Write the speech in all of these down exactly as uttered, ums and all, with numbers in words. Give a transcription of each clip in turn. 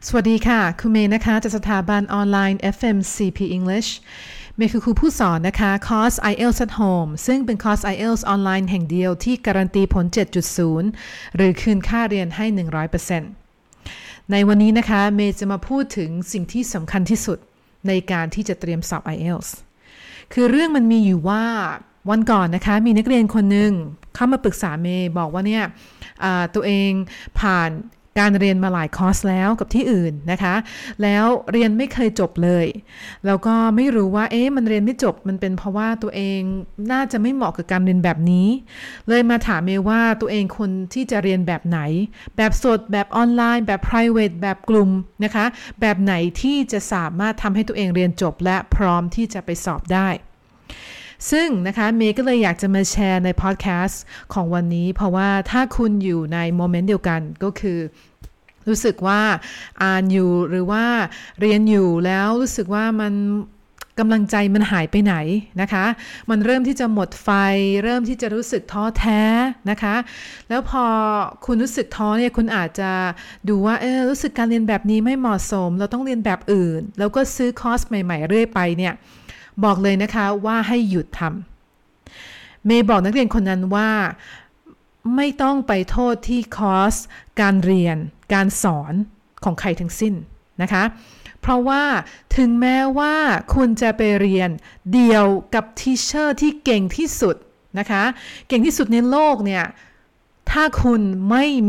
สวัสดีค่ะคุณเมย์นะคะจากสถาบันออนไลน์ เอฟ เอ็ม ซี พี English เมย์คือครูผู้สอนนะคะคอร์ส ไอ เอล ที เอส at Home ซึ่งเป็นคอร์ส ไอ เอล ที เอส ออนไลน์แห่งเดียวที่การันตีผล เจ็ดจุดศูนย์ หรือคืนค่าเรียนให้ หนึ่งร้อยเปอร์เซ็นต์ ในวันนี้นะคะเมย์จะมาพูดถึงสิ่งที่สำคัญที่สุดในการที่จะเตรียมสอบ ไอ เอล ที เอส คือเรื่องมันมีอยู่ว่าวันก่อนนะคะมีนักเรียนคนหนึ่งเข้ามาปรึกษาเมย์บอกว่าเนี่ยตัวเองผ่านการเรียนมาหลายคอร์สแล้วกับที่อื่นนะคะแล้วเรียนไม่เคยจบเลยแล้วก็ไม่รู้ว่าเอ๊ะมันเรียนไม่จบมันเป็นเพราะว่าตัวเองน่าจะไม่เหมาะกับการเรียนแบบนี้เลยมาถามเมย์ว่าตัวเองควรที่จะเรียนแบบไหนแบบสดแบบออนไลน์แบบ private แบบกลุ่มนะคะแบบไหนที่จะสามารถทำให้ตัวเองเรียนจบและพร้อมที่จะไปสอบได้ซึ่งนะคะเมย์ก็เลยอยากจะมาแชร์ในพอดแคสต์ของวันนี้เพราะว่าถ้าคุณอยู่ในโมเมนต์เดียวกันก็คือรู้สึกว่าอ่านอยู่หรือว่าเรียนอยู่แล้วรู้สึกว่ามันกำลังใจมันหายไปไหนนะคะมันเริ่มที่จะหมดไฟเริ่มที่จะรู้สึกท้อแท้นะคะแล้วพอคุณรู้สึกท้อเนี่ยคุณอาจจะดูว่าเออรู้สึกการเรียนแบบนี้ไม่เหมาะสมเราต้องเรียนแบบอื่นแล้วก็ซื้อคอร์สใหม่ๆเรื่อยไปเนี่ยบอกเลยนะคะว่าให้หยุดทำเมย์บอกนักเรียนคนนั้นว่าไม่ต้องไปโทษที่คอร์สการเรียนการสอนของใครทั้งสิ้นนะคะเพราะว่าถึงแม้ว่าคุณจะไปเรียนเดียวกับทีเชอร์ที่เก่งที่สุดนะคะเก่งที่สุดในโลกเนี่ยถ้าคุณไม่มี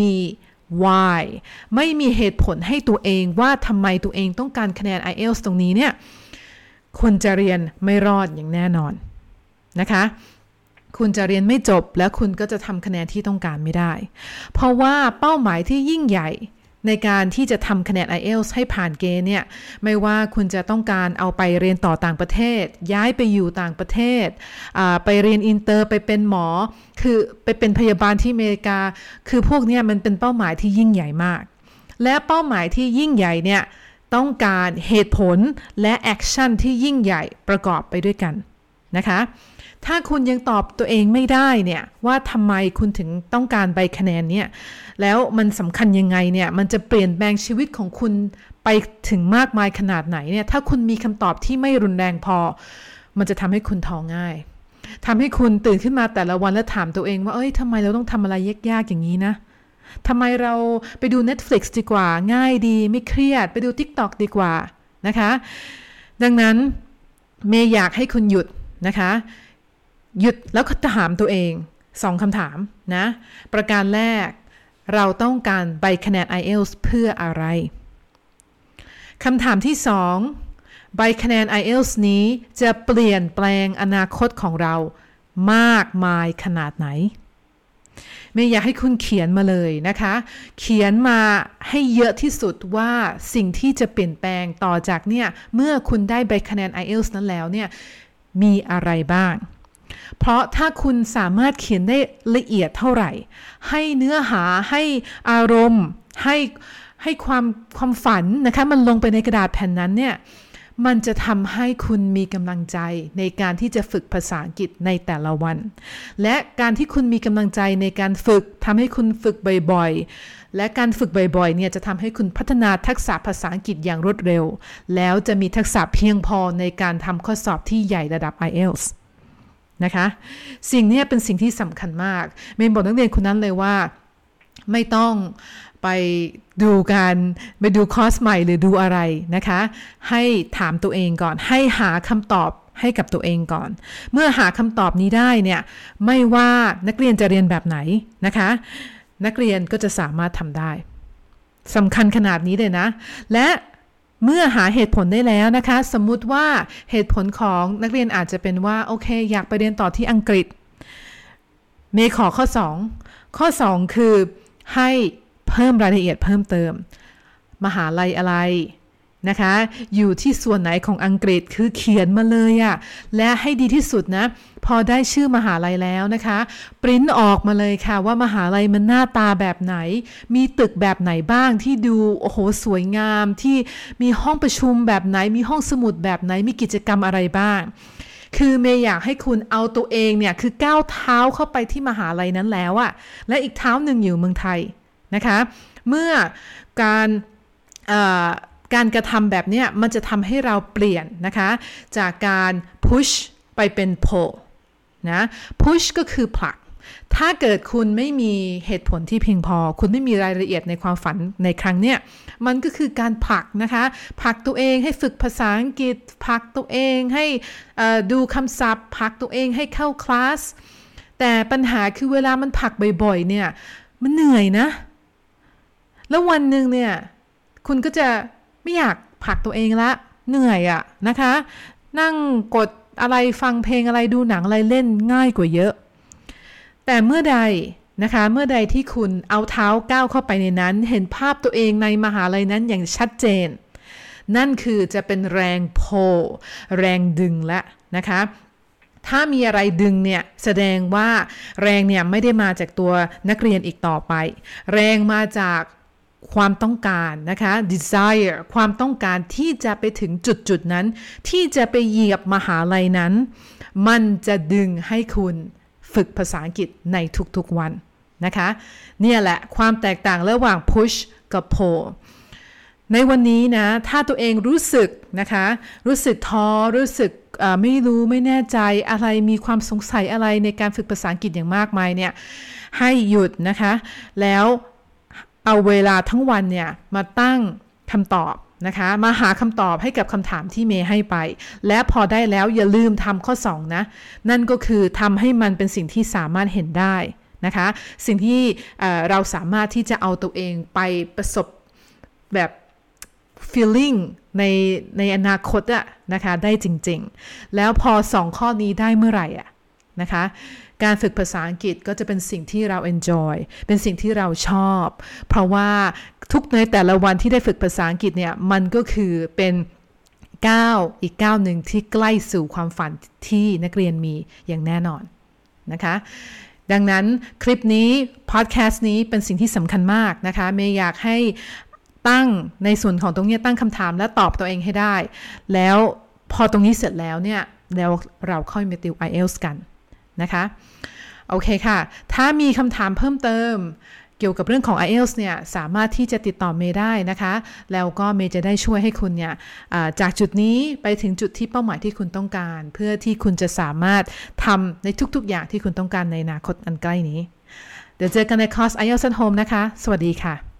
why ไม่มีเหตุผลให้ตัวเองว่าทำไมตัวเองต้องการคะแนน ไอ เอล ที เอส ตรงนี้เนี่ยคุณจะเรียนไม่รอดอย่างแน่นอนนะคะคุณจะเรียนไม่จบและคุณก็จะทำคะแนนที่ต้องการไม่ได้เพราะว่าเป้าหมายที่ยิ่งใหญ่ในการที่จะทำคะแนน ไอ เอล ที เอส ให้ผ่านเกณฑ์เนี่ยไม่ว่าคุณจะต้องการเอาไปเรียนต่อต่างประเทศย้ายไปอยู่ต่างประเทศไปเรียนอินเตอร์ไปเป็นหมอคือไปเป็นพยาบาลที่อเมริกาคือพวกนี้มันเป็นเป้าหมายที่ยิ่งใหญ่มากและเป้าหมายที่ยิ่งใหญ่เนี่ยต้องการเหตุผลและแอคชั่นที่ยิ่งใหญ่ประกอบไปด้วยกันนะคะถ้าคุณยังตอบตัวเองไม่ได้เนี่ยว่าทำไมคุณถึงต้องการใบคะแนนเนี่ยแล้วมันสำคัญยังไงเนี่ยมันจะเปลี่ยนแปลงชีวิตของคุณไปถึงมากมายขนาดไหนเนี่ยถ้าคุณมีคำตอบที่ไม่รุนแรงพอมันจะทำให้คุณท้อง่ายทำให้คุณตื่นขึ้นมาแต่ละวันแล้วถามตัวเองว่าเอ้ยทำไมเราต้องทำอะไรยากๆอย่างนี้นะทำไมเราไปดู Netflix ดีกว่าง่ายดีไม่เครียดไปดู TikTok ดีกว่านะคะดังนั้นเมย์อยากให้คุณหยุดนะคะหยุดแล้วก็ถามตัวเองสองคำถามนะประการแรกเราต้องการใบคะแนน ไอ เอล ที เอส เพื่ออะไรคำถามที่สองใบคะแนน ไอ เอล ที เอส นี้จะเปลี่ยนแปลงอนาคตของเรามากมายขนาดไหนไม่อยากให้คุณเขียนมาเลยนะคะเขียนมาให้เยอะที่สุดว่าสิ่งที่จะเปลี่ยนแปลงต่อจากเนี่ยเมื่อคุณได้ใบคะแนน ไอ เอล ที เอส นั้นแล้วเนี่ยมีอะไรบ้างเพราะถ้าคุณสามารถเขียนได้ละเอียดเท่าไหร่ให้เนื้อหาให้อารมณ์ให้ให้ความความฝันนะคะมันลงไปในกระดาษแผ่นนั้นเนี่ยมันจะทำให้คุณมีกำลังใจในการที่จะฝึกภาษาอังกฤษในแต่ละวันและการที่คุณมีกำลังใจในการฝึกทำให้คุณฝึกบ่อยๆและการฝึกบ่อยๆเนี่ยจะทำให้คุณพัฒนาทักษะภาษาอังกฤษอย่างรวดเร็วแล้วจะมีทักษะเพียงพอในการทำข้อสอบที่ใหญ่ระดับ ไอ เอล ที เอสนะคะสิ่งนี้เป็นสิ่งที่สำคัญมากเมย์บอกนักเรียนคนนั้นเลยว่าไม่ต้องไปดูการไปดูคอร์สใหม่หรือดูอะไรนะคะให้ถามตัวเองก่อนให้หาคำตอบให้กับตัวเองก่อนเมื่อหาคำตอบนี้ได้เนี่ยไม่ว่านักเรียนจะเรียนแบบไหนนะคะนักเรียนก็จะสามารถทำได้สำคัญขนาดนี้เลยนะและเมื่อหาเหตุผลได้แล้วนะคะสมมุติว่าเหตุผลของนักเรียนอาจจะเป็นว่าโอเคอยากไปเรียนต่อที่อังกฤษเมย์ขอข้อสองข้อสองคือให้เพิ่มรายละเอียดเพิ่มเติมมหาลัยอะไรนะคะอยู่ที่ส่วนไหนของอังกฤษคือเขียนมาเลยอะและให้ดีที่สุดนะพอได้ชื่อมหาลัยแล้วนะคะปริ้นออกมาเลยค่ะว่ามหาลัยมันหน้าตาแบบไหนมีตึกแบบไหนบ้างที่ดูโอ้โหสวยงามที่มีห้องประชุมแบบไหนมีห้องสมุดแบบไหนมีกิจกรรมอะไรบ้างคือเมย์อยากให้คุณเอาตัวเองเนี่ยคือก้าวเท้าเข้าไปที่มหาลัยนั้นแล้วอะและอีกเท้าหนึ่งอยู่เมืองไทยนะคะเมื่อการการกระทำแบบนี้มันจะทำให้เราเปลี่ยนนะคะจากการ push ไปเป็น pull นะ push ก็คือผลักถ้าเกิดคุณไม่มีเหตุผลที่เพียงพอคุณไม่มีรายละเอียดในความฝันในครั้งเนี้ยมันก็คือการผลักนะคะผลักตัวเองให้ฝึกภาษาอังกฤษผลักตัวเองให้ดูคำศัพท์ผลักตัวเองให้เข้าคลาสแต่ปัญหาคือเวลามันผลักบ่อยๆเนี่ยมันเหนื่อยนะแล้ววันหนึ่งเนี่ยคุณก็จะไม่อยากผลักตัวเองละเหนื่อยอะนะคะนั่งกดอะไรฟังเพลงอะไรดูหนังอะไรเล่นง่ายกว่าเยอะแต่เมื่อใดนะคะเมื่อใดที่คุณเอาเท้าก้าวเข้าไปในนั้นเห็นภาพตัวเองในมหาลัยนั้นอย่างชัดเจนนั่นคือจะเป็นแรงโพแรงดึงละนะคะถ้ามีอะไรดึงเนี่ยแสดงว่าแรงเนี่ยไม่ได้มาจากตัวนักเรียนอีกต่อไปแรงมาจากความต้องการนะคะ desire ความต้องการที่จะไปถึงจุดจุดนั้นที่จะไปเหยียบมหาลัยนั้นมันจะดึงให้คุณฝึกภาษาอังกฤษในทุกๆวันนะคะเนี่ยแหละความแตกต่างระหว่าง push กับ pull ในวันนี้นะถ้าตัวเองรู้สึกนะคะรู้สึกท้อรู้สึกไม่รู้ไม่แน่ใจอะไรมีความสงสัยอะไรในการฝึกภาษาอังกฤษอย่างมากมายเนี่ยให้หยุดนะคะแล้วเอาเวลาทั้งวันเนี่ยมาตั้งคำตอบนะคะมาหาคำตอบให้กับคำถามที่เมย์ให้ไปและพอได้แล้วอย่าลืมทำข้อสองนะนั่นก็คือทำให้มันเป็นสิ่งที่สามารถเห็นได้นะคะสิ่งที่เราสามารถที่จะเอาตัวเองไปประสบแบบ feeling ในในอนาคตอะนะคะได้จริงๆแล้วพอสองข้อนี้ได้เมื่อไหร่อะนะคะการฝึกภาษาอังกฤษก็จะเป็นสิ่งที่เรา enjoy เป็นสิ่งที่เราชอบเพราะว่าทุกในแต่ละวันที่ได้ฝึกภาษาอังกฤษเนี่ยมันก็คือเป็นก้าวอีกก้าวหนึ่งที่ใกล้สู่ความฝันที่นักเรียนมีอย่างแน่นอนนะคะดังนั้นคลิปนี้พอดแคสต์นี้เป็นสิ่งที่สำคัญมากนะคะเมย์อยากให้ตั้งในส่วนของตรงนี้ตั้งคำถามและตอบตัวเองให้ได้แล้วพอตรงนี้เสร็จแล้วเนี่ยแล้วเราค่อยมาติว ไอ เอล ที เอส กันนะคะโอเคค่ะถ้ามีคำถามเพิ่มเติมเกี่ยวกับเรื่องของ ไอ เอล ที เอส เนี่ยสามารถที่จะติดต่อเมย์ได้นะคะแล้วก็เมย์จะได้ช่วยให้คุณเนี่ยจากจุดนี้ไปถึงจุดที่เป้าหมายที่คุณต้องการเพื่อที่คุณจะสามารถทำในทุกๆอย่างที่คุณต้องการในอนาคตอันใกล้นี้เดี๋ยวเจอกันในคอร์ส ไอ เอล ที เอส at Home นะคะสวัสดีค่ะ